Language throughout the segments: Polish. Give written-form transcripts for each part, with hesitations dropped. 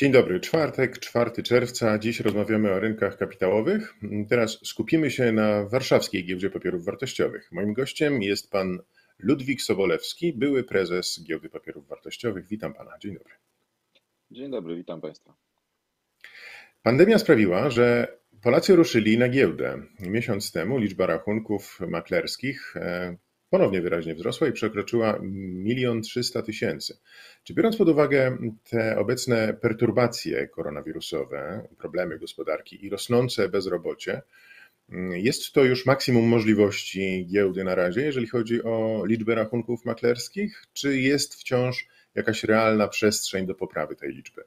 Dzień dobry, czwartek, 4 czerwca. Dziś rozmawiamy o rynkach kapitałowych. Teraz skupimy się na warszawskiej giełdzie papierów wartościowych. Moim gościem jest pan Ludwik Sobolewski, były prezes Giełdy Papierów Wartościowych. Witam pana. Dzień dobry. Dzień dobry, witam Państwa. Pandemia sprawiła, że Polacy ruszyli na giełdę. Miesiąc temu liczba rachunków maklerskich ponownie wyraźnie wzrosła i przekroczyła 1 300 000. Czy biorąc pod uwagę te obecne perturbacje koronawirusowe, problemy gospodarki i rosnące bezrobocie, jest to już maksimum możliwości giełdy na razie, jeżeli chodzi o liczbę rachunków maklerskich, czy jest wciąż jakaś realna przestrzeń do poprawy tej liczby?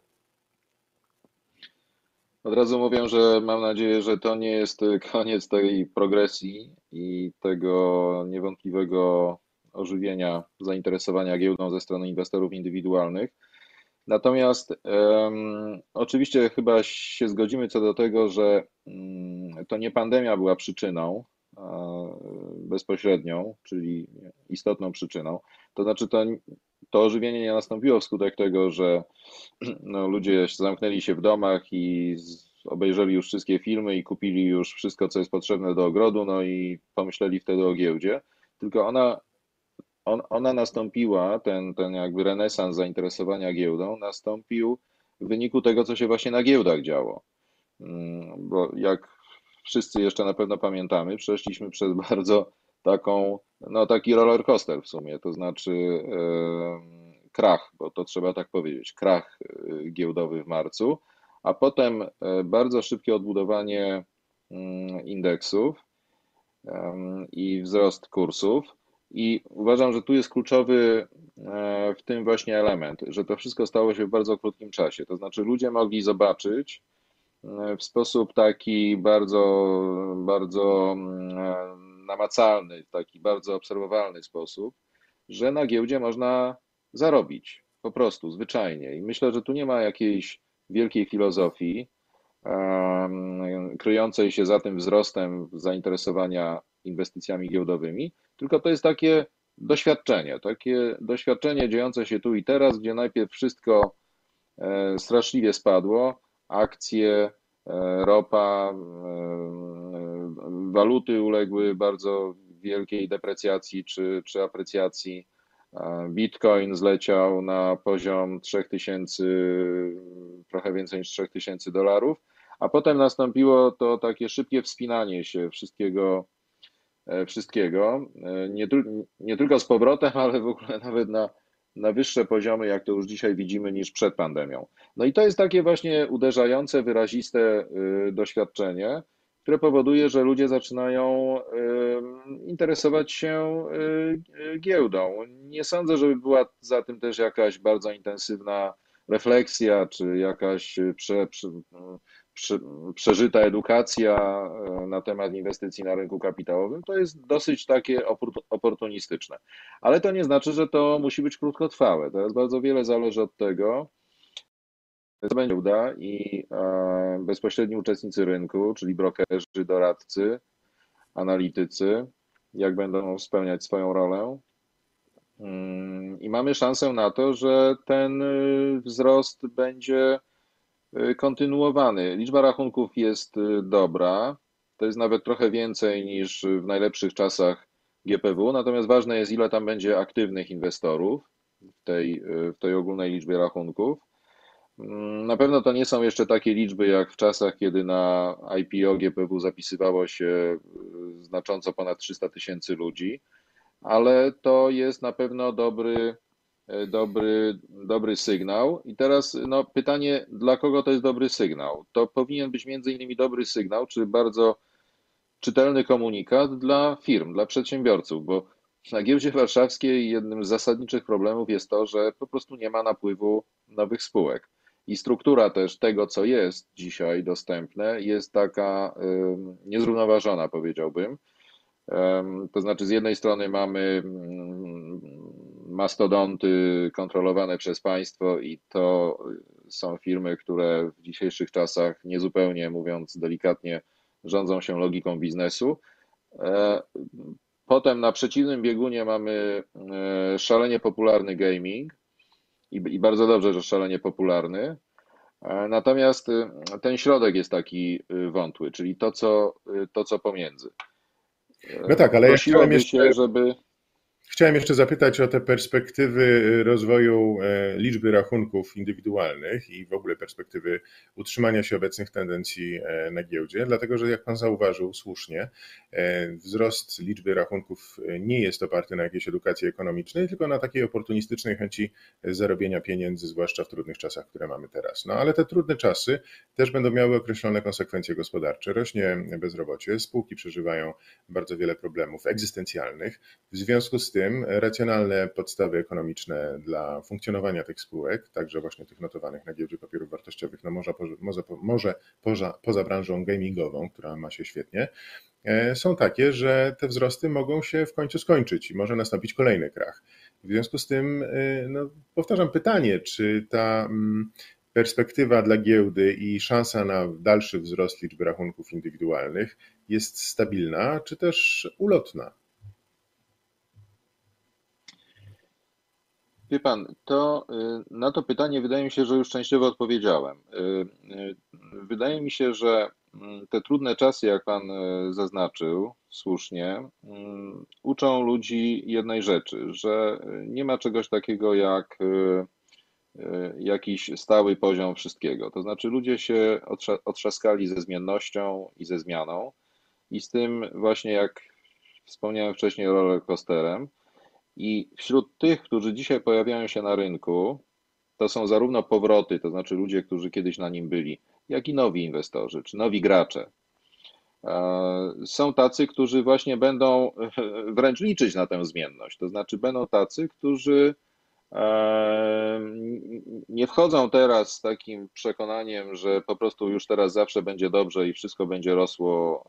Od razu mówię, że mam nadzieję, że to nie jest koniec tej progresji i tego niewątpliwego ożywienia zainteresowania giełdą ze strony inwestorów indywidualnych. Natomiast oczywiście chyba się zgodzimy co do tego, że to nie pandemia była przyczyną bezpośrednią, czyli istotną przyczyną. To znaczy to ożywienie nie nastąpiło wskutek tego, że ludzie zamknęli się w domach i obejrzeli już wszystkie filmy i kupili już wszystko, co jest potrzebne do ogrodu, no i pomyśleli wtedy o giełdzie, tylko ona nastąpiła, ten jakby renesans zainteresowania giełdą nastąpił w wyniku tego, co się właśnie na giełdach działo. Bo jak wszyscy jeszcze na pewno pamiętamy, przeszliśmy przez bardzo taki roller coaster w sumie, to znaczy krach, bo to trzeba tak powiedzieć, krach giełdowy w marcu, a potem bardzo szybkie odbudowanie indeksów i wzrost kursów. I uważam, że tu jest kluczowy w tym właśnie element, że to wszystko stało się w bardzo krótkim czasie. To znaczy ludzie mogli zobaczyć w sposób taki bardzo namacalny, w taki bardzo obserwowalny sposób, że na giełdzie można zarobić po prostu, zwyczajnie. I myślę, że tu nie ma jakiejś wielkiej filozofii kryjącej się za tym wzrostem zainteresowania inwestycjami giełdowymi, tylko to jest takie doświadczenie dziejące się tu i teraz, gdzie najpierw wszystko straszliwie spadło, akcje, ropa, waluty uległy bardzo wielkiej deprecjacji czy aprecjacji. Bitcoin zleciał na poziom 3000, trochę więcej niż $3000, a potem nastąpiło to takie szybkie wspinanie się wszystkiego, nie tylko z powrotem, ale w ogóle nawet na wyższe poziomy, jak to już dzisiaj widzimy, niż przed pandemią. No i to jest takie właśnie uderzające, wyraziste doświadczenie, które powoduje, że ludzie zaczynają interesować się giełdą. Nie sądzę, żeby była za tym też jakaś bardzo intensywna refleksja, czy jakaś przeżyta edukacja na temat inwestycji na rynku kapitałowym. To jest dosyć takie oportunistyczne. Ale to nie znaczy, że to musi być krótkotrwałe. Teraz bardzo wiele zależy od tego, co będzie uda i bezpośredni uczestnicy rynku, czyli brokerzy, doradcy, analitycy, jak będą spełniać swoją rolę. I mamy szansę na to, że ten wzrost będzie kontynuowany. Liczba rachunków jest dobra. To jest nawet trochę więcej niż w najlepszych czasach GPW, natomiast ważne jest, ile tam będzie aktywnych inwestorów w tej ogólnej liczbie rachunków. Na pewno to nie są jeszcze takie liczby jak w czasach, kiedy na IPO GPW zapisywało się znacząco ponad 300 000 ludzi, ale to jest na pewno dobry sygnał. I teraz pytanie, dla kogo to jest dobry sygnał? To powinien być między innymi dobry sygnał, czy bardzo czytelny komunikat dla firm, dla przedsiębiorców, bo na giełdzie warszawskiej jednym z zasadniczych problemów jest to, że po prostu nie ma napływu nowych spółek. I struktura też tego, co jest dzisiaj dostępne, jest taka niezrównoważona, powiedziałbym. To znaczy, z jednej strony mamy mastodonty kontrolowane przez państwo i to są firmy, które w dzisiejszych czasach niezupełnie, mówiąc delikatnie, rządzą się logiką biznesu. Potem na przeciwnym biegunie mamy szalenie popularny gaming i bardzo dobrze, że szalenie popularny. Natomiast ten środek jest taki wątły, czyli to, co pomiędzy. No tak, ale ja Prosiłoby się, żeby. chciałem jeszcze zapytać o te perspektywy rozwoju liczby rachunków indywidualnych i w ogóle perspektywy utrzymania się obecnych tendencji na giełdzie, dlatego że jak pan zauważył słusznie, wzrost liczby rachunków nie jest oparty na jakiejś edukacji ekonomicznej, tylko na takiej oportunistycznej chęci zarobienia pieniędzy, zwłaszcza w trudnych czasach, które mamy teraz. No ale te trudne czasy też będą miały określone konsekwencje gospodarcze. Rośnie bezrobocie, spółki przeżywają bardzo wiele problemów egzystencjalnych. W związku z tym racjonalne podstawy ekonomiczne dla funkcjonowania tych spółek, także właśnie tych notowanych na giełdzie papierów wartościowych, no może poza branżą gamingową, która ma się świetnie, są takie, że te wzrosty mogą się w końcu skończyć i może nastąpić kolejny krach. W związku z tym no, powtarzam pytanie, czy ta perspektywa dla giełdy i szansa na dalszy wzrost liczby rachunków indywidualnych jest stabilna, czy też ulotna? Wie pan, na to pytanie wydaje mi się, że już częściowo odpowiedziałem. Wydaje mi się, że te trudne czasy, jak pan zaznaczył słusznie, uczą ludzi jednej rzeczy, że nie ma czegoś takiego jak jakiś stały poziom wszystkiego. To znaczy ludzie się otrzaskali ze zmiennością i ze zmianą i z tym właśnie, jak wspomniałem wcześniej, rollercoasterem. I wśród tych, którzy dzisiaj pojawiają się na rynku, to są zarówno powroty, to znaczy ludzie, którzy kiedyś na nim byli, jak i nowi inwestorzy, czy nowi gracze. Są tacy, którzy właśnie będą wręcz liczyć na tę zmienność. To znaczy będą tacy, którzy nie wchodzą teraz z takim przekonaniem, że po prostu już teraz zawsze będzie dobrze i wszystko będzie rosło,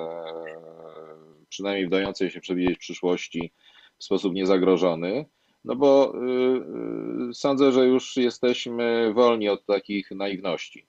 przynajmniej w dającej się przewidzieć przyszłości, w sposób niezagrożony. No bo sądzę, że już jesteśmy wolni od takich naiwności.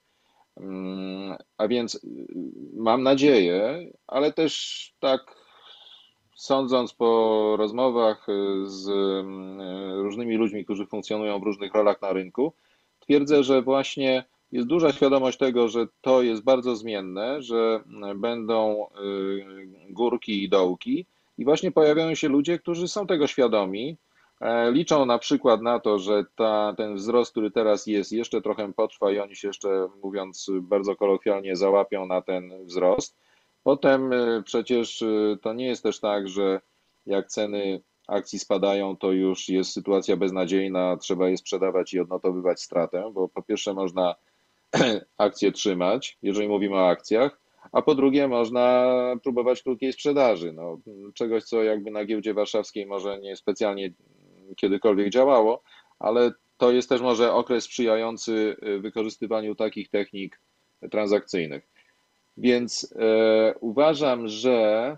A więc mam nadzieję, ale też tak sądząc po rozmowach z różnymi ludźmi, którzy funkcjonują w różnych rolach na rynku, twierdzę, że właśnie jest duża świadomość tego, że to jest bardzo zmienne, że będą górki i dołki i właśnie pojawiają się ludzie, którzy są tego świadomi, liczą na przykład na to, że ten wzrost, który teraz jest, jeszcze trochę potrwa i oni się jeszcze, mówiąc bardzo kolokwialnie, załapią na ten wzrost. Potem przecież to nie jest też tak, że jak ceny akcji spadają, to już jest sytuacja beznadziejna, trzeba je sprzedawać i odnotowywać stratę, bo po pierwsze można akcje trzymać, jeżeli mówimy o akcjach, a po drugie można próbować krótkiej sprzedaży. No, czegoś, co jakby na giełdzie warszawskiej może nie specjalnie kiedykolwiek działało, ale to jest też może okres sprzyjający wykorzystywaniu takich technik transakcyjnych. Więc uważam, że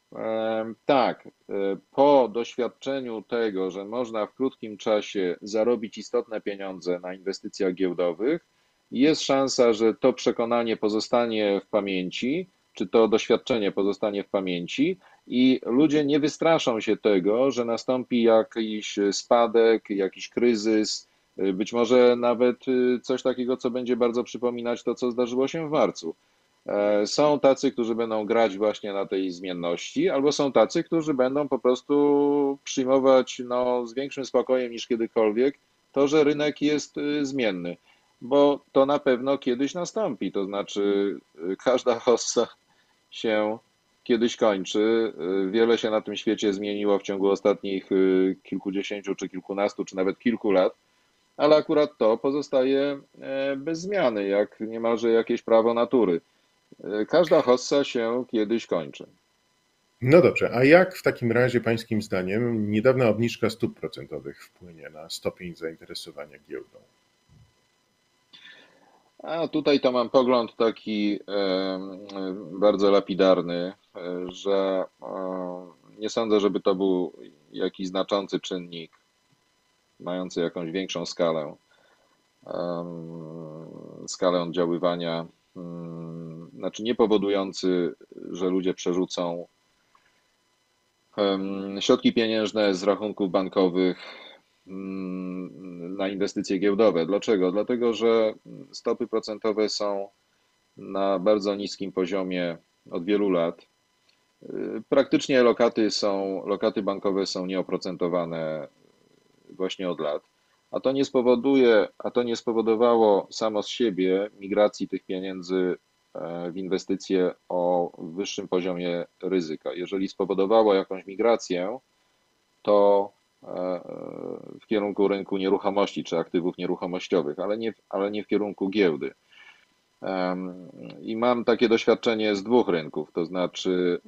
tak, po doświadczeniu tego, że można w krótkim czasie zarobić istotne pieniądze na inwestycjach giełdowych, jest szansa, że to przekonanie pozostanie w pamięci, czy to doświadczenie pozostanie w pamięci i ludzie nie wystraszą się tego, że nastąpi jakiś spadek, jakiś kryzys, być może nawet coś takiego, co będzie bardzo przypominać to, co zdarzyło się w marcu. Są tacy, którzy będą grać właśnie na tej zmienności, albo są tacy, którzy będą po prostu przyjmować no, z większym spokojem niż kiedykolwiek to, że rynek jest zmienny, bo to na pewno kiedyś nastąpi. To znaczy, każda hossa się kiedyś kończy. Wiele się na tym świecie zmieniło w ciągu ostatnich kilkudziesięciu, czy kilkunastu, czy nawet kilku lat, ale akurat to pozostaje bez zmiany, jak niemalże jakieś prawo natury. Każda hossa się kiedyś kończy. No dobrze, a jak w takim razie pańskim zdaniem niedawna obniżka stóp procentowych wpłynie na stopień zainteresowania giełdą? A tutaj to mam pogląd taki bardzo lapidarny, że nie sądzę, żeby to był jakiś znaczący czynnik mający jakąś większą skalę oddziaływania, znaczy nie powodujący, że ludzie przerzucą środki pieniężne z rachunków bankowych na inwestycje giełdowe. Dlaczego? Dlatego, że stopy procentowe są na bardzo niskim poziomie od wielu lat. Praktycznie lokaty bankowe są nieoprocentowane właśnie od lat. A to nie spowodowało samo z siebie migracji tych pieniędzy w inwestycje o wyższym poziomie ryzyka. Jeżeli spowodowało jakąś migrację, to w kierunku rynku nieruchomości czy aktywów nieruchomościowych, ale nie w kierunku giełdy. I mam takie doświadczenie z dwóch rynków, to znaczy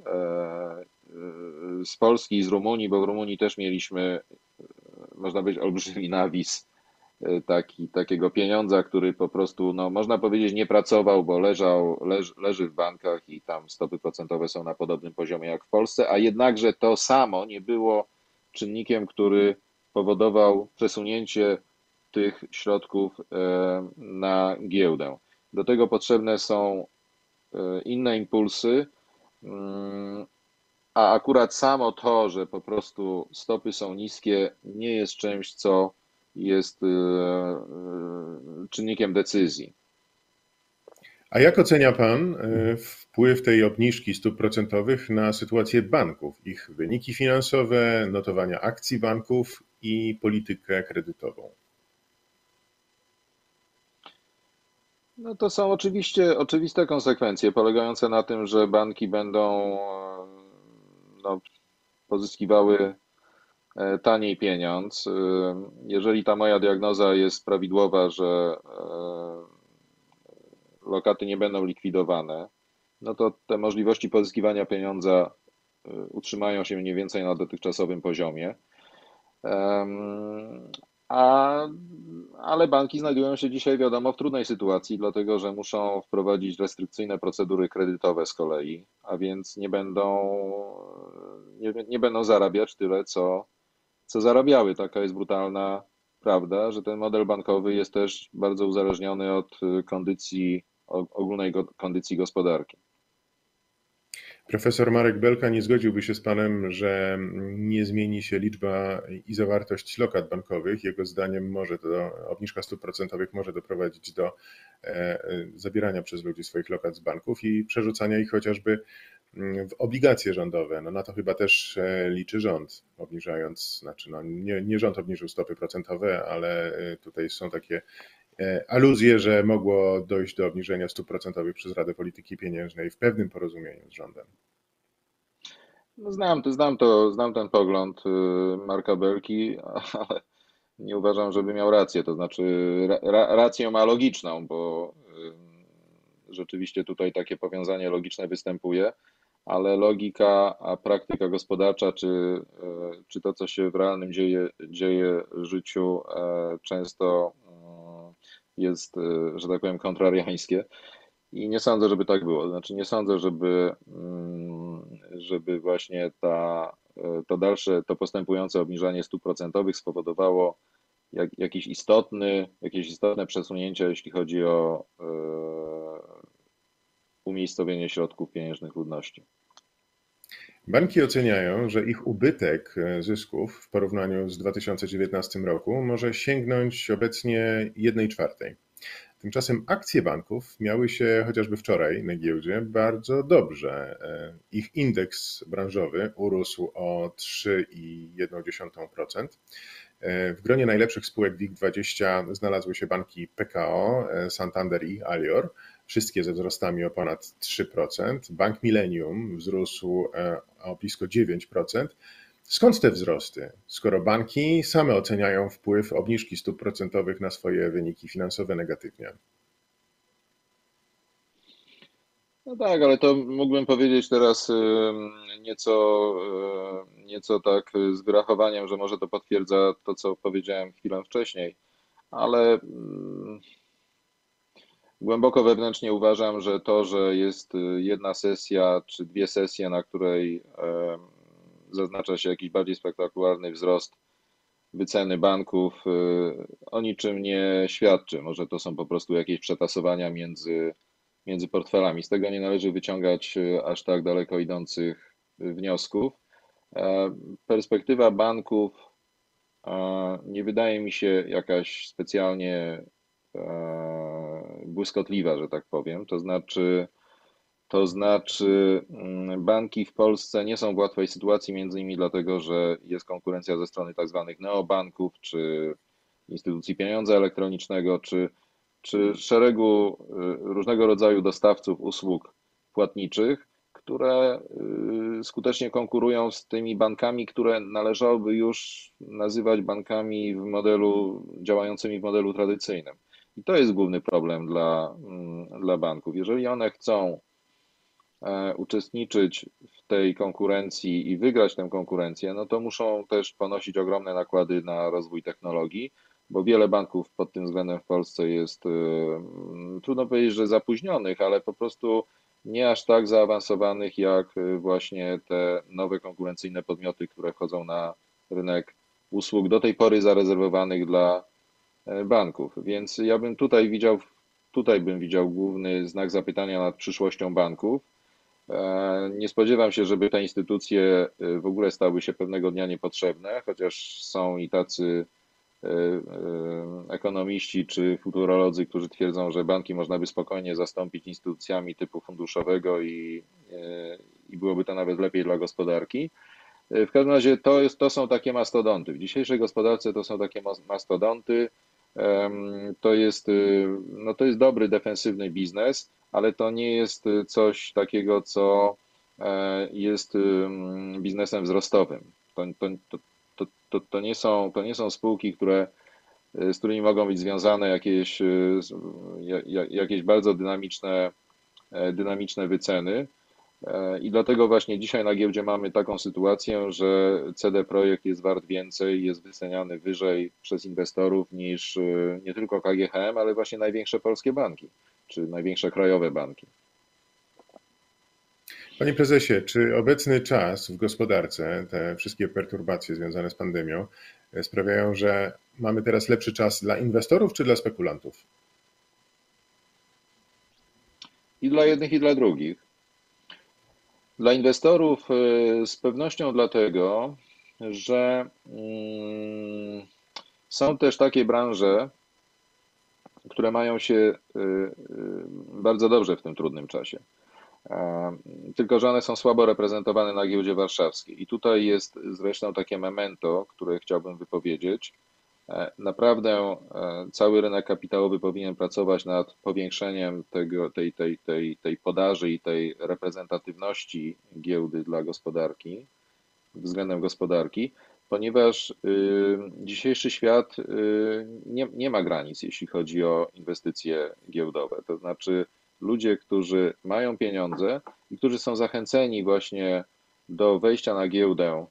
z Polski i z Rumunii, bo w Rumunii też mieliśmy, można powiedzieć, olbrzymi nawis takiego pieniądza, który po prostu, no, można powiedzieć, nie pracował, bo leży w bankach i tam stopy procentowe są na podobnym poziomie jak w Polsce, a jednakże to samo nie było czynnikiem, który powodował przesunięcie tych środków na giełdę. Do tego potrzebne są inne impulsy, a akurat samo to, że po prostu stopy są niskie, nie jest czymś, co jest czynnikiem decyzji. A jak ocenia Pan wpływ tej obniżki stóp procentowych na sytuację banków, ich wyniki finansowe, notowania akcji banków i politykę kredytową? No to są oczywiście oczywiste konsekwencje polegające na tym, że banki będą no, pozyskiwały taniej pieniądz. Jeżeli ta moja diagnoza jest prawidłowa, że lokaty nie będą likwidowane, no to te możliwości pozyskiwania pieniądza utrzymają się mniej więcej na dotychczasowym poziomie. A, ale banki znajdują się dzisiaj, wiadomo, w trudnej sytuacji, dlatego że muszą wprowadzić restrykcyjne procedury kredytowe z kolei, a więc nie będą zarabiać tyle, co zarabiały. Taka jest brutalna prawda, że ten model bankowy jest też bardzo uzależniony od ogólnej kondycji gospodarki. Profesor Marek Belka nie zgodziłby się z Panem, że nie zmieni się liczba i zawartość lokat bankowych. Jego zdaniem obniżka stóp procentowych może doprowadzić do zabierania przez ludzi swoich lokat z banków i przerzucania ich chociażby w obligacje rządowe. No na to chyba też liczy rząd, obniżając, znaczy no nie rząd obniżył stopy procentowe, ale tutaj są takie aluzje, że mogło dojść do obniżenia stóp procentowych przez Radę Polityki Pieniężnej w pewnym porozumieniu z rządem. No znam ten pogląd Marka Belki, ale nie uważam, żeby miał rację. To znaczy, rację ma logiczną, bo rzeczywiście tutaj takie powiązanie logiczne występuje, ale logika, a praktyka gospodarcza, czy to, co się w realnym dzieje w życiu, często jest, że tak powiem, kontrariańskie. I nie sądzę, żeby tak było. Znaczy, nie sądzę, żeby właśnie to postępujące obniżanie stóp procentowych spowodowało jakieś istotne przesunięcia, jeśli chodzi o umiejscowienie środków pieniężnych ludności. Banki oceniają, że ich ubytek zysków w porównaniu z 2019 roku może sięgnąć obecnie 1/4. Tymczasem akcje banków miały się chociażby wczoraj na giełdzie bardzo dobrze. Ich indeks branżowy urósł o 3,1%. W gronie najlepszych spółek WIG20 znalazły się banki PKO, Santander i Alior, wszystkie ze wzrostami o ponad 3%. Bank Millennium wzrósł o blisko 9%. Skąd te wzrosty, skoro banki same oceniają wpływ obniżki stóp procentowych na swoje wyniki finansowe negatywnie? No tak, ale to mógłbym powiedzieć teraz nieco tak z wyrachowaniem, że może to potwierdza to, co powiedziałem chwilę wcześniej, ale głęboko wewnętrznie uważam, że to, że jest jedna sesja czy dwie sesje, na której zaznacza się jakiś bardziej spektakularny wzrost wyceny banków, o niczym nie świadczy. Może to są po prostu jakieś przetasowania między portfelami. Z tego nie należy wyciągać aż tak daleko idących wniosków. Perspektywa banków nie wydaje mi się jakaś specjalnie błyskotliwa, że tak powiem. To znaczy, banki w Polsce nie są w łatwej sytuacji, między innymi dlatego, że jest konkurencja ze strony tak zwanych neobanków, czy instytucji pieniądza elektronicznego, czy szeregu różnego rodzaju dostawców usług płatniczych, które skutecznie konkurują z tymi bankami, które należałoby już nazywać bankami działającymi w modelu tradycyjnym. I to jest główny problem dla banków. Jeżeli one chcą uczestniczyć w tej konkurencji i wygrać tę konkurencję, no to muszą też ponosić ogromne nakłady na rozwój technologii, bo wiele banków pod tym względem w Polsce jest, trudno powiedzieć, że zapóźnionych, ale po prostu nie aż tak zaawansowanych jak właśnie te nowe konkurencyjne podmioty, które wchodzą na rynek usług do tej pory zarezerwowanych dla banków. Więc ja bym tutaj bym widział główny znak zapytania nad przyszłością banków. Nie spodziewam się, żeby te instytucje w ogóle stały się pewnego dnia niepotrzebne, chociaż są i tacy ekonomiści czy futurolodzy, którzy twierdzą, że banki można by spokojnie zastąpić instytucjami typu funduszowego i byłoby to nawet lepiej dla gospodarki. W każdym razie to są takie mastodonty. W dzisiejszej gospodarce to są takie mastodonty. To jest dobry, defensywny biznes, ale to nie jest coś takiego, co jest biznesem wzrostowym. To nie są spółki, z którymi mogą być związane jakieś bardzo dynamiczne wyceny. I dlatego właśnie dzisiaj na giełdzie mamy taką sytuację, że CD Projekt jest wart więcej, jest wyceniany wyżej przez inwestorów niż nie tylko KGHM, ale właśnie największe polskie banki, czy największe krajowe banki. Panie prezesie, czy obecny czas w gospodarce, te wszystkie perturbacje związane z pandemią sprawiają, że mamy teraz lepszy czas dla inwestorów czy dla spekulantów? I dla jednych, i dla drugich. Dla inwestorów z pewnością dlatego, że są też takie branże, które mają się bardzo dobrze w tym trudnym czasie. Tylko że one są słabo reprezentowane na giełdzie warszawskiej. I tutaj jest zresztą takie memento, które chciałbym wypowiedzieć. Naprawdę cały rynek kapitałowy powinien pracować nad powiększeniem tej podaży i tej reprezentatywności giełdy dla gospodarki, względem gospodarki, ponieważ dzisiejszy świat nie ma granic, jeśli chodzi o inwestycje giełdowe. To znaczy ludzie, którzy mają pieniądze i którzy są zachęceni właśnie do wejścia na giełdę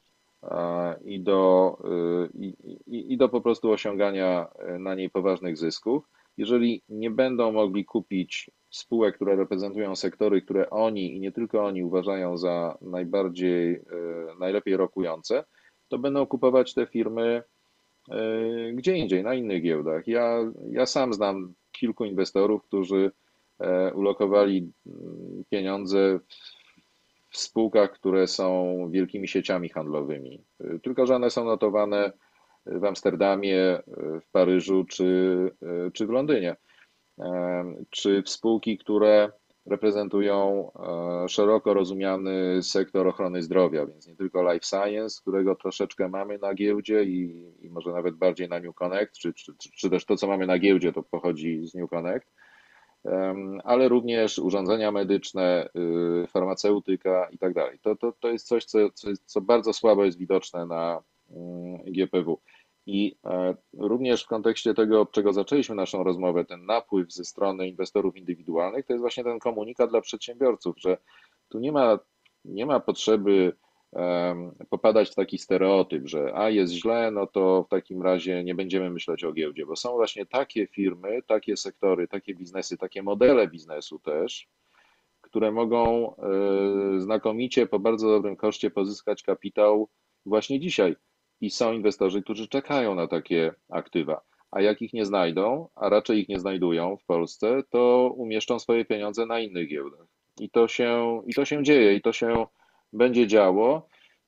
i do po prostu osiągania na niej poważnych zysków, jeżeli nie będą mogli kupić spółek, które reprezentują sektory, które oni i nie tylko oni uważają za najlepiej rokujące, to będą kupować te firmy gdzie indziej, na innych giełdach. Ja sam znam kilku inwestorów, którzy ulokowali pieniądze w spółkach, które są wielkimi sieciami handlowymi. Tylko że one są notowane w Amsterdamie, w Paryżu czy w Londynie. Czy w spółki, które reprezentują szeroko rozumiany sektor ochrony zdrowia, więc nie tylko life science, którego troszeczkę mamy na giełdzie i może nawet bardziej na New Connect, czy też to, co mamy na giełdzie, to pochodzi z New Connect, ale również urządzenia medyczne, farmaceutyka i tak dalej. To jest coś, co bardzo słabo jest widoczne na GPW. I również w kontekście tego, od czego zaczęliśmy naszą rozmowę, ten napływ ze strony inwestorów indywidualnych, to jest właśnie ten komunikat dla przedsiębiorców, że tu nie ma potrzeby popadać w taki stereotyp, że jest źle, no to w takim razie nie będziemy myśleć o giełdzie, bo są właśnie takie firmy, takie sektory, takie biznesy, takie modele biznesu też, które mogą znakomicie po bardzo dobrym koszcie pozyskać kapitał właśnie dzisiaj. I są inwestorzy, którzy czekają na takie aktywa. A jak ich nie znajdą, a raczej ich nie znajdują w Polsce, to umieszczą swoje pieniądze na innych giełdach. I to się dzieje, i to się będzie działo.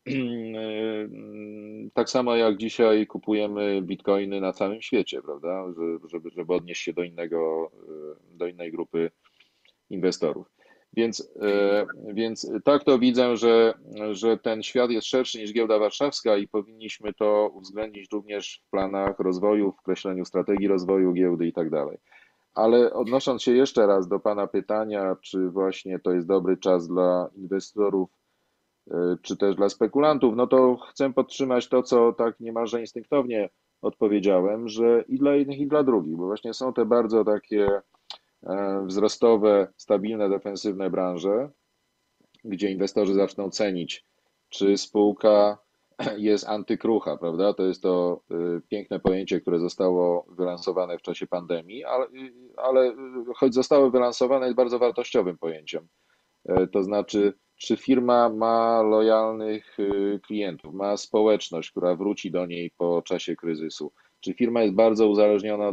Tak samo jak dzisiaj kupujemy bitcoiny na całym świecie, prawda? Żeby odnieść się do innej grupy inwestorów. Więc tak to widzę, że ten świat jest szerszy niż giełda warszawska i powinniśmy to uwzględnić również w planach rozwoju, w kreśleniu strategii rozwoju giełdy i tak dalej. Ale odnosząc się jeszcze raz do Pana pytania, czy właśnie to jest dobry czas dla inwestorów, czy też dla spekulantów, no to chcę podtrzymać to, co tak niemalże instynktownie odpowiedziałem, że i dla jednych, i dla drugich, bo właśnie są te bardzo takie wzrostowe, stabilne, defensywne branże, gdzie inwestorzy zaczną cenić, czy spółka jest antykrucha, prawda? To jest to piękne pojęcie, które zostało wylansowane w czasie pandemii, ale choć zostało wylansowane, jest bardzo wartościowym pojęciem. To znaczy, czy firma ma lojalnych klientów, ma społeczność, która wróci do niej po czasie kryzysu? Czy firma jest bardzo uzależniona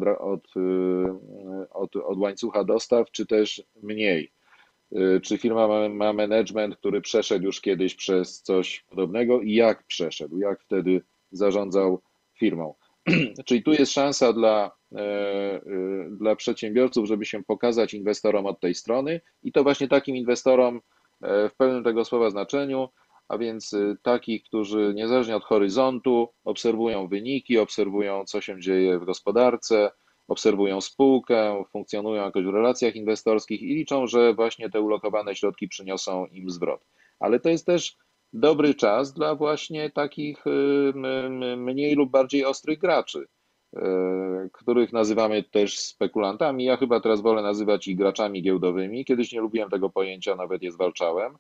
od łańcucha dostaw, czy też mniej? Czy firma ma management, który przeszedł już kiedyś przez coś podobnego i jak przeszedł, jak wtedy zarządzał firmą? Czyli tu jest szansa dla przedsiębiorców, żeby się pokazać inwestorom od tej strony i to właśnie takim inwestorom w pełnym tego słowa znaczeniu, a więc takich, którzy niezależnie od horyzontu obserwują wyniki, obserwują, co się dzieje w gospodarce, obserwują spółkę, funkcjonują jakoś w relacjach inwestorskich i liczą, że właśnie te ulokowane środki przyniosą im zwrot. Ale to jest też dobry czas dla właśnie takich mniej lub bardziej ostrych graczy, których nazywamy też spekulantami. Ja chyba teraz wolę nazywać ich graczami giełdowymi. Kiedyś nie lubiłem tego pojęcia, nawet je zwalczałem,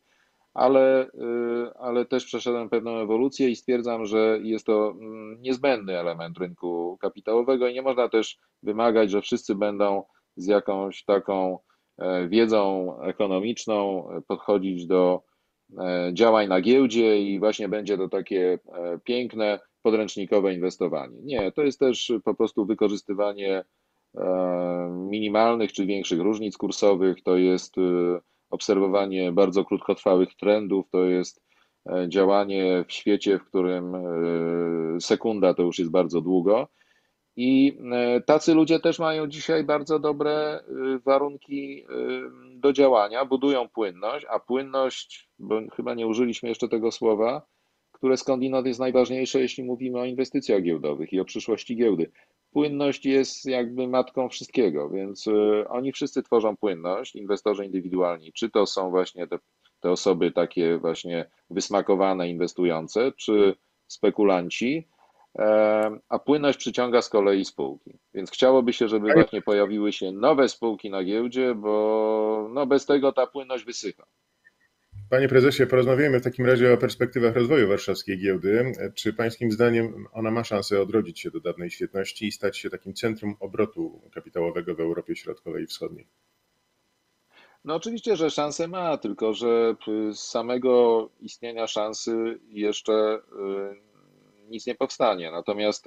ale też przeszedłem pewną ewolucję i stwierdzam, że jest to niezbędny element rynku kapitałowego i nie można też wymagać, że wszyscy będą z jakąś taką wiedzą ekonomiczną podchodzić do działań na giełdzie i właśnie będzie to takie piękne, podręcznikowe inwestowanie. Nie, to jest też po prostu wykorzystywanie minimalnych czy większych różnic kursowych, to jest obserwowanie bardzo krótkotrwałych trendów, to jest działanie w świecie, w którym sekunda to już jest bardzo długo. I tacy ludzie też mają dzisiaj bardzo dobre warunki do działania, budują płynność, a płynność, bo chyba nie użyliśmy jeszcze tego słowa, które skądinąd jest najważniejsze, jeśli mówimy o inwestycjach giełdowych i o przyszłości giełdy. Płynność jest jakby matką wszystkiego, więc oni wszyscy tworzą płynność, inwestorzy indywidualni, czy to są właśnie te osoby takie właśnie wysmakowane, inwestujące, czy spekulanci, a płynność przyciąga z kolei spółki. Więc chciałoby się, żeby Panie, właśnie pojawiły się nowe spółki na giełdzie, bo no bez tego ta płynność wysycha. panie prezesie, porozmawiajmy w takim razie o perspektywach rozwoju warszawskiej giełdy. Czy pańskim zdaniem ona ma szansę odrodzić się do dawnej świetności i stać się takim centrum obrotu kapitałowego w Europie Środkowej i Wschodniej? No oczywiście, że szansę ma, tylko że z samego istnienia szansy jeszcze nic nie powstanie. Natomiast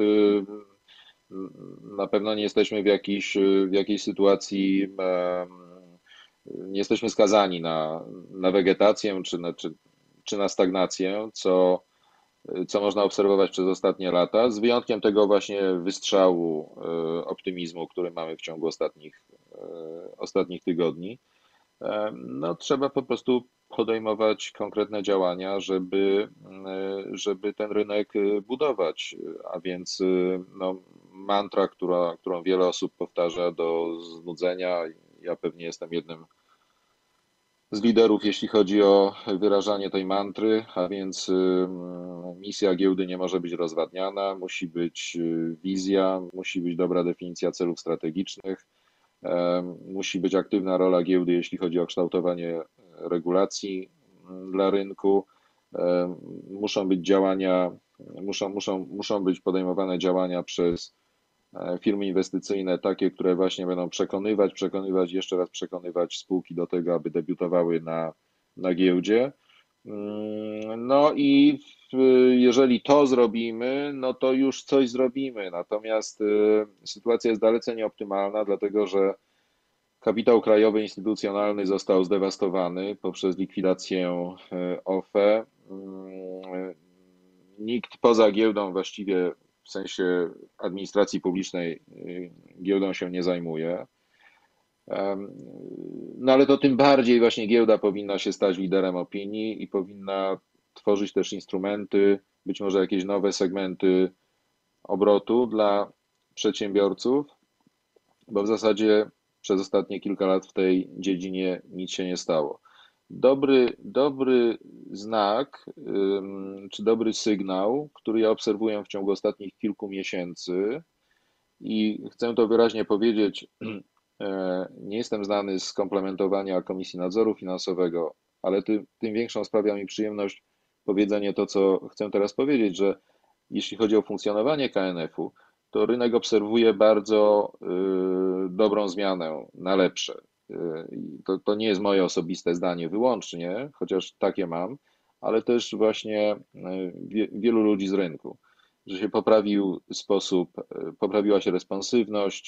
na pewno nie jesteśmy w jakiejś sytuacji, nie jesteśmy skazani na wegetację czy na stagnację, co można obserwować przez ostatnie lata, z wyjątkiem tego właśnie wystrzału optymizmu, który mamy w ciągu ostatnich tygodni. No, trzeba po prostu podejmować konkretne działania, żeby ten rynek budować. A więc no, mantra, którą wiele osób powtarza do znudzenia, ja pewnie jestem jednym z liderów, jeśli chodzi o wyrażanie tej mantry, a więc misja giełdy nie może być rozwadniana, musi być wizja, musi być dobra definicja celów strategicznych. Musi być aktywna rola giełdy, jeśli chodzi o kształtowanie regulacji dla rynku. Muszą być działania, muszą być podejmowane działania przez firmy inwestycyjne, takie, które właśnie będą jeszcze raz przekonywać spółki do tego, aby debiutowały na giełdzie. No i jeżeli to zrobimy, no to już coś zrobimy. Natomiast sytuacja jest dalece nieoptymalna, dlatego że kapitał krajowy instytucjonalny został zdewastowany poprzez likwidację OFE. nikt poza giełdą właściwie w sensie administracji publicznej giełdą się nie zajmuje. No ale to tym bardziej właśnie giełda powinna się stać liderem opinii i powinna tworzyć też instrumenty, być może jakieś nowe segmenty obrotu dla przedsiębiorców, bo w zasadzie przez ostatnie kilka lat w tej dziedzinie nic się nie stało. Dobry znak, czy dobry sygnał, który ja obserwuję w ciągu ostatnich kilku miesięcy i chcę to wyraźnie powiedzieć, nie jestem znany z komplementowania Komisji Nadzoru Finansowego, ale tym większą sprawia mi przyjemność powiedzenie to, co chcę teraz powiedzieć, że jeśli chodzi o funkcjonowanie KNF-u, to rynek obserwuje bardzo dobrą zmianę na lepsze. To nie jest moje osobiste zdanie wyłącznie, chociaż takie mam, ale też właśnie wielu ludzi z rynku, że się poprawił sposób, poprawiła się responsywność,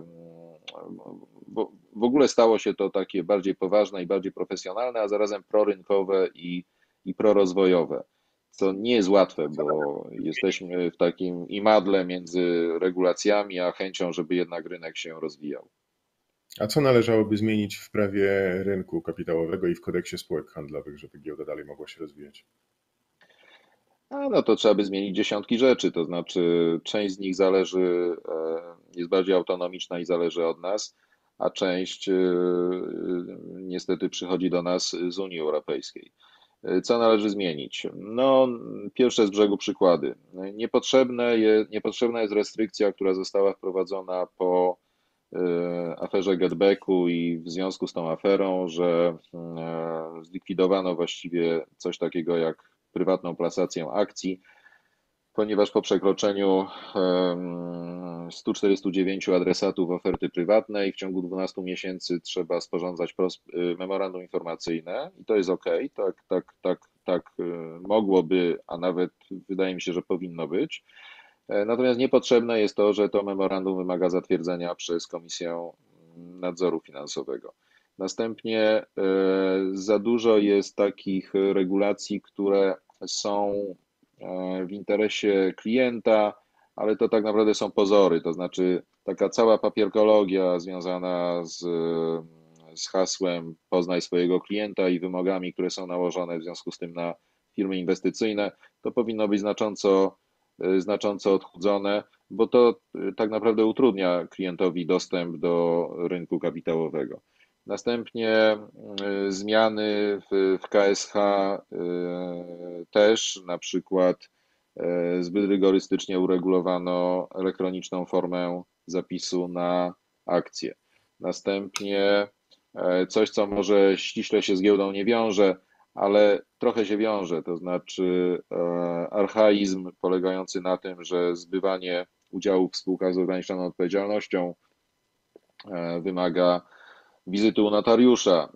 bo w ogóle stało się to takie bardziej poważne i bardziej profesjonalne, a zarazem prorynkowe i prorozwojowe, co nie jest łatwe, bo jesteśmy w takim imadle między regulacjami a chęcią, żeby jednak rynek się rozwijał. A co należałoby zmienić w prawie rynku kapitałowego i w kodeksie spółek handlowych, żeby giełda dalej mogła się rozwijać? A no to trzeba by zmienić dziesiątki rzeczy, to znaczy część z nich zależy, jest bardziej autonomiczna i zależy od nas, a część niestety przychodzi do nas z Unii Europejskiej. Co należy zmienić? No, pierwsze z brzegu przykłady. Niepotrzebna jest restrykcja, która została wprowadzona po aferze Getbacku i w związku z tą aferą, że zlikwidowano właściwie coś takiego jak prywatną plasację akcji, ponieważ po przekroczeniu 149 adresatów oferty prywatnej w ciągu 12 miesięcy trzeba sporządzać memorandum informacyjne i to jest ok, tak mogłoby, a nawet wydaje mi się, że powinno być. Natomiast niepotrzebne jest to, że to memorandum wymaga zatwierdzenia przez Komisję Nadzoru Finansowego. Następnie za dużo jest takich regulacji, które są w interesie klienta, ale to tak naprawdę są pozory, to znaczy taka cała papierkologia związana z hasłem poznaj swojego klienta i wymogami, które są nałożone w związku z tym na firmy inwestycyjne, to powinno być znacząco odchudzone, bo to tak naprawdę utrudnia klientowi dostęp do rynku kapitałowego. Następnie zmiany w KSH też, na przykład zbyt rygorystycznie uregulowano elektroniczną formę zapisu na akcje. Następnie coś, co może ściśle się z giełdą nie wiąże, ale trochę się wiąże, to znaczy archaizm polegający na tym, że zbywanie udziałów w spółkach z ograniczoną odpowiedzialnością wymaga wizyty u notariusza.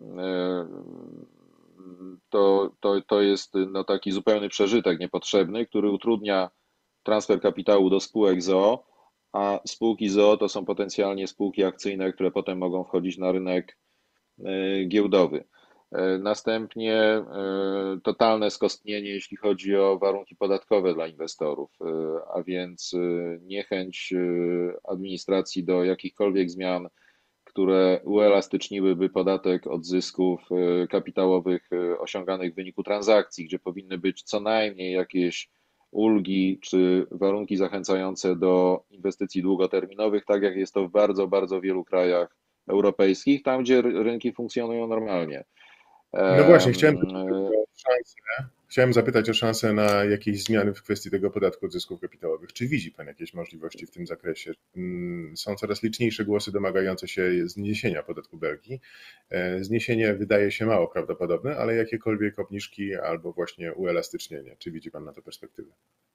To jest no, taki zupełny przeżytek niepotrzebny, który utrudnia transfer kapitału do spółek z o.o., a spółki z o.o. to są potencjalnie spółki akcyjne, które potem mogą wchodzić na rynek giełdowy. Następnie totalne skostnienie, jeśli chodzi o warunki podatkowe dla inwestorów, a więc niechęć administracji do jakichkolwiek zmian, które uelastyczniłyby podatek od zysków kapitałowych osiąganych w wyniku transakcji, gdzie powinny być co najmniej jakieś ulgi czy warunki zachęcające do inwestycji długoterminowych, tak jak jest to w bardzo, bardzo wielu krajach europejskich, tam gdzie rynki funkcjonują normalnie. No właśnie, chciałem zapytać o szansę na jakieś zmiany w kwestii tego podatku od zysków kapitałowych. Czy widzi Pan jakieś możliwości w tym zakresie? Są coraz liczniejsze głosy domagające się zniesienia podatku Belgii. Zniesienie wydaje się mało prawdopodobne, ale jakiekolwiek obniżki albo właśnie uelastycznienie. Czy widzi Pan na to perspektywę?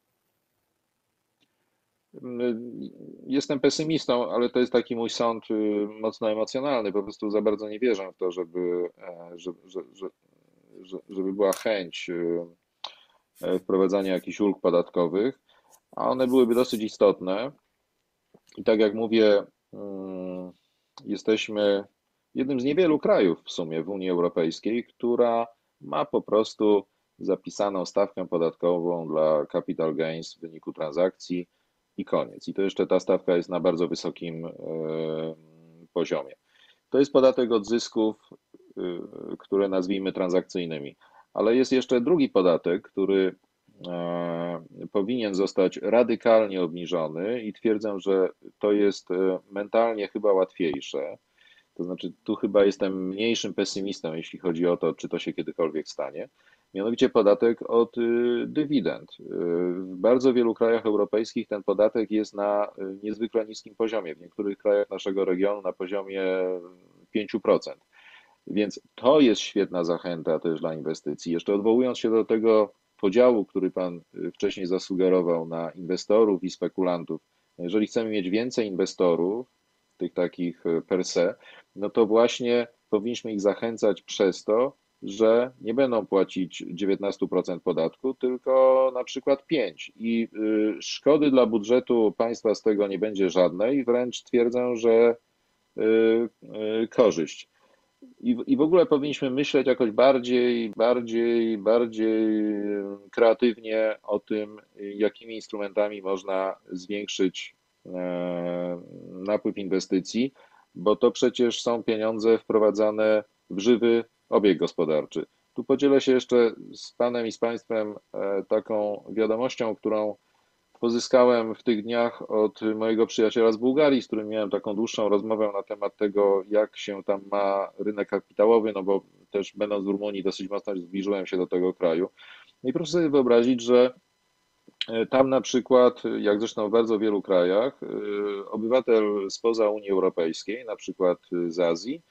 Jestem pesymistą, ale to jest taki mój sąd mocno emocjonalny. Po prostu za bardzo nie wierzę w to, żeby była chęć wprowadzania jakichś ulg podatkowych, a one byłyby dosyć istotne. I tak jak mówię, jesteśmy jednym z niewielu krajów w sumie w Unii Europejskiej, która ma po prostu zapisaną stawkę podatkową dla capital gains w wyniku transakcji i koniec. I to jeszcze ta stawka jest na bardzo wysokim poziomie. To jest podatek od zysków, które nazwijmy transakcyjnymi. Ale jest jeszcze drugi podatek, który powinien zostać radykalnie obniżony i twierdzę, że to jest mentalnie chyba łatwiejsze. To znaczy, tu chyba jestem mniejszym pesymistą, jeśli chodzi o to, czy to się kiedykolwiek stanie. Mianowicie podatek od dywidend. W bardzo wielu krajach europejskich ten podatek jest na niezwykle niskim poziomie. W niektórych krajach naszego regionu na poziomie 5%. Więc to jest świetna zachęta też dla inwestycji. Jeszcze odwołując się do tego podziału, który Pan wcześniej zasugerował na inwestorów i spekulantów, jeżeli chcemy mieć więcej inwestorów, tych takich per se, no to właśnie powinniśmy ich zachęcać przez to, że nie będą płacić 19% podatku, tylko na przykład 5%. I szkody dla budżetu państwa z tego nie będzie żadnej, wręcz twierdzę, że korzyść. I w ogóle powinniśmy myśleć jakoś bardziej kreatywnie o tym, jakimi instrumentami można zwiększyć napływ inwestycji, bo to przecież są pieniądze wprowadzane w żywy obieg gospodarczy. Tu podzielę się jeszcze z Panem i z Państwem taką wiadomością, którą pozyskałem w tych dniach od mojego przyjaciela z Bułgarii, z którym miałem taką dłuższą rozmowę na temat tego, jak się tam ma rynek kapitałowy, no bo też będąc w Rumunii dosyć mocno zbliżyłem się do tego kraju. No i proszę sobie wyobrazić, że tam na przykład, jak zresztą w bardzo wielu krajach, obywatel spoza Unii Europejskiej, na przykład z Azji,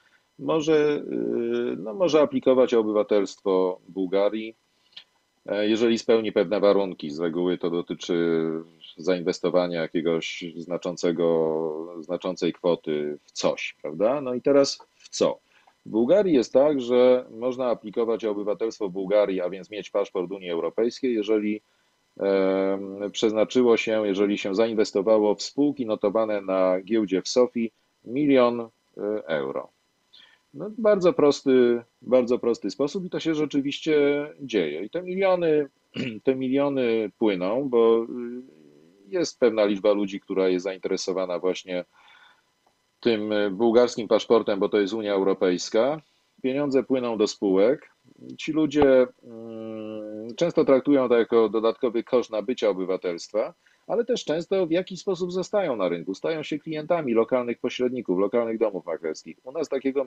może aplikować o obywatelstwo Bułgarii, jeżeli spełni pewne warunki. Z reguły to dotyczy zainwestowania jakiegoś znaczącej kwoty w coś, prawda? No i teraz w co? W Bułgarii jest tak, że można aplikować o obywatelstwo Bułgarii, a więc mieć paszport Unii Europejskiej, jeżeli się zainwestowało w spółki notowane na giełdzie w Sofii 1 000 000 euro. No, bardzo prosty sposób i to się rzeczywiście dzieje. I te miliony płyną, bo jest pewna liczba ludzi, która jest zainteresowana właśnie tym bułgarskim paszportem, bo to jest Unia Europejska. Pieniądze płyną do spółek. Ci ludzie często traktują to jako dodatkowy koszt nabycia obywatelstwa, ale też często w jakiś sposób zostają na rynku, stają się klientami lokalnych pośredników, lokalnych domów maklerskich. U nas takiego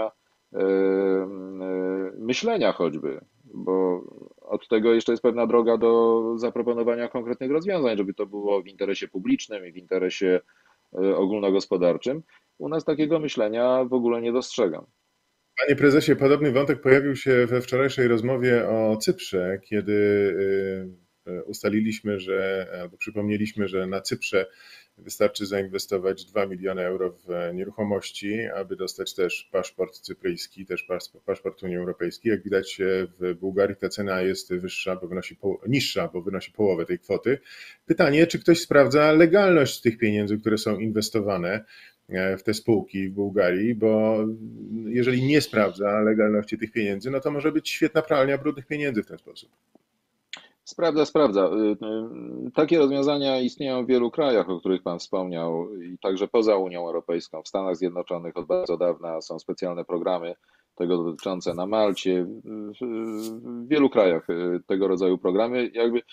myślenia choćby, bo od tego jeszcze jest pewna droga do zaproponowania konkretnych rozwiązań, żeby to było w interesie publicznym i w interesie ogólnogospodarczym. U nas takiego myślenia w ogóle nie dostrzegam. Panie prezesie, podobny wątek pojawił się we wczorajszej rozmowie o Cyprze, kiedy ustaliliśmy, albo przypomnieliśmy, że na Cyprze wystarczy zainwestować 2 miliony euro w nieruchomości, aby dostać też paszport cypryjski, też paszport Unii Europejskiej. Jak widać, w Bułgarii ta cena jest niższa, bo wynosi połowę tej kwoty. Pytanie, czy ktoś sprawdza legalność tych pieniędzy, które są inwestowane w te spółki w Bułgarii, bo jeżeli nie sprawdza legalności tych pieniędzy, no to może być świetna pralnia brudnych pieniędzy w ten sposób. Sprawdza. Takie rozwiązania istnieją w wielu krajach, o których Pan wspomniał, i także poza Unią Europejską. W Stanach Zjednoczonych od bardzo dawna są specjalne programy tego dotyczące na Malcie. W wielu krajach tego rodzaju programy. Jakby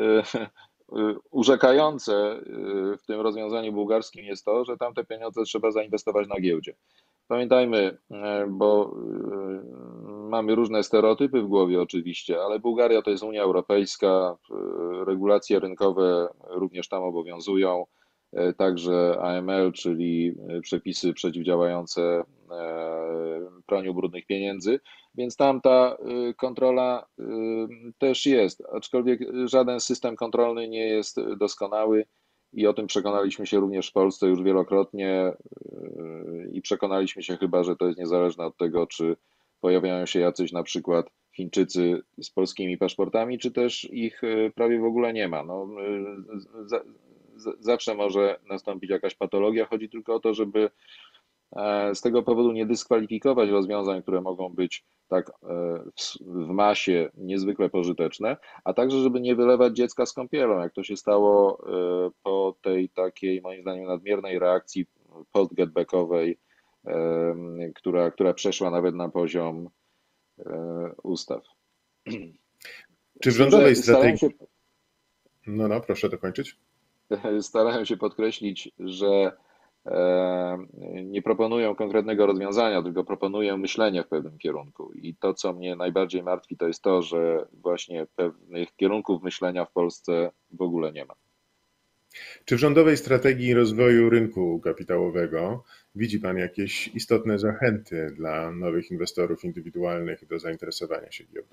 urzekające w tym rozwiązaniu bułgarskim jest to, że tamte pieniądze trzeba zainwestować na giełdzie. Pamiętajmy, bo mamy różne stereotypy w głowie oczywiście, ale Bułgaria to jest Unia Europejska, regulacje rynkowe również tam obowiązują, także AML, czyli przepisy przeciwdziałające praniu brudnych pieniędzy, więc tam ta kontrola też jest, aczkolwiek żaden system kontrolny nie jest doskonały i o tym przekonaliśmy się również w Polsce już wielokrotnie i przekonaliśmy się chyba, że to jest niezależne od tego, czy pojawiają się jacyś na przykład Chińczycy z polskimi paszportami, czy też ich prawie w ogóle nie ma. No, zawsze może nastąpić jakaś patologia, chodzi tylko o to, żeby z tego powodu nie dyskwalifikować rozwiązań, które mogą być tak w masie niezwykle pożyteczne, a także żeby nie wylewać dziecka z kąpielą, jak to się stało po tej takiej moim zdaniem nadmiernej reakcji post-getbackowej, która przeszła nawet na poziom ustaw. Czy w Z tym, że rządowej strategii... No, proszę dokończyć. starałem się podkreślić, że nie proponują konkretnego rozwiązania, tylko proponują myślenie w pewnym kierunku. I to, co mnie najbardziej martwi, to jest to, że właśnie pewnych kierunków myślenia w Polsce w ogóle nie ma. Czy w rządowej strategii rozwoju rynku kapitałowego widzi Pan jakieś istotne zachęty dla nowych inwestorów indywidualnych do zainteresowania się giełdą?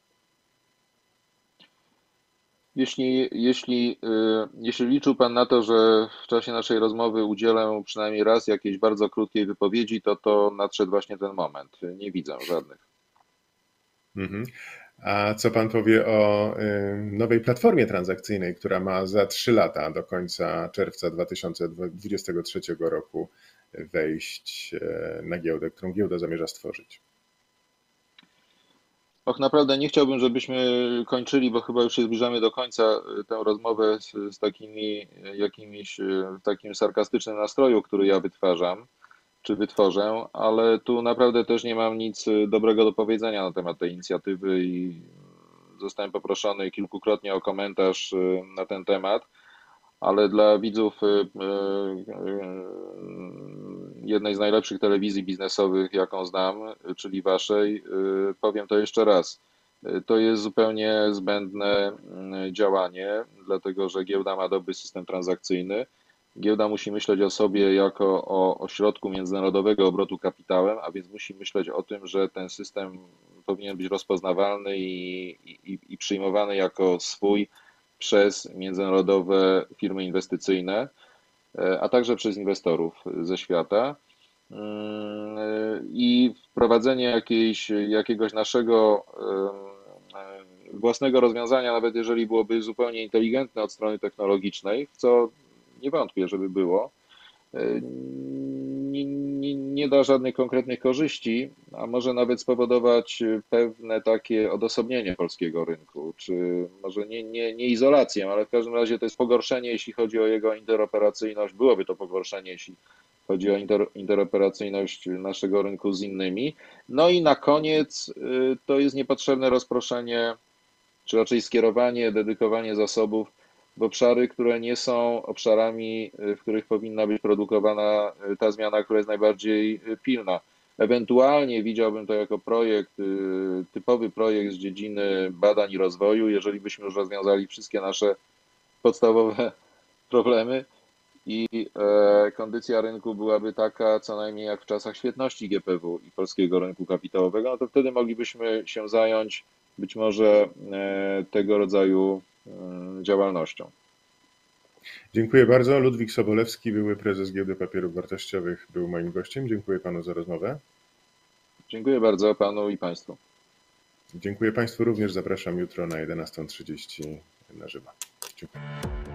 Jeśli liczył Pan na to, że w czasie naszej rozmowy udzielę przynajmniej raz jakiejś bardzo krótkiej wypowiedzi, to nadszedł właśnie ten moment. Nie widzę żadnych. Mhm. A co Pan powie o nowej platformie transakcyjnej, która ma za 3 lata do końca czerwca 2023 roku wejść na giełdę, którą giełda zamierza stworzyć? Och, naprawdę nie chciałbym, żebyśmy kończyli, bo chyba już się zbliżamy do końca tę rozmowę z takimi jakimiś, w takim sarkastycznym nastroju, który ja wytwarzam, czy wytworzę, ale tu naprawdę też nie mam nic dobrego do powiedzenia na temat tej inicjatywy i zostałem poproszony kilkukrotnie o komentarz na ten temat, ale dla widzów jednej z najlepszych telewizji biznesowych, jaką znam, czyli waszej, powiem to jeszcze raz. To jest zupełnie zbędne działanie, dlatego że giełda ma dobry system transakcyjny. Giełda musi myśleć o sobie jako o ośrodku międzynarodowego obrotu kapitałem, a więc musi myśleć o tym, że ten system powinien być rozpoznawalny i przyjmowany jako swój przez międzynarodowe firmy inwestycyjne, a także przez inwestorów ze świata. I wprowadzenie jakiegoś naszego własnego rozwiązania, nawet jeżeli byłoby zupełnie inteligentne od strony technologicznej, w co nie wątpię, żeby było, nie da żadnych konkretnych korzyści, a może nawet spowodować pewne takie odosobnienie polskiego rynku, czy może nie izolację, ale w każdym razie to jest pogorszenie, jeśli chodzi o jego interoperacyjność. Byłoby to pogorszenie, jeśli chodzi o interoperacyjność naszego rynku z innymi. No i na koniec to jest niepotrzebne rozproszenie, czy raczej skierowanie, dedykowanie zasobów w obszary, które nie są obszarami, w których powinna być produkowana ta zmiana, która jest najbardziej pilna. Ewentualnie widziałbym to jako projekt, typowy projekt z dziedziny badań i rozwoju, jeżeli byśmy już rozwiązali wszystkie nasze podstawowe problemy i kondycja rynku byłaby taka, co najmniej jak w czasach świetności GPW i polskiego rynku kapitałowego, no to wtedy moglibyśmy się zająć być może tego rodzaju działalnością. Dziękuję bardzo. Ludwik Sobolewski, były prezes Giełdy Papierów Wartościowych, był moim gościem. Dziękuję Panu za rozmowę. Dziękuję bardzo Panu i Państwu. Dziękuję Państwu również. Zapraszam jutro na 11:30 na żywo. Dziękuję.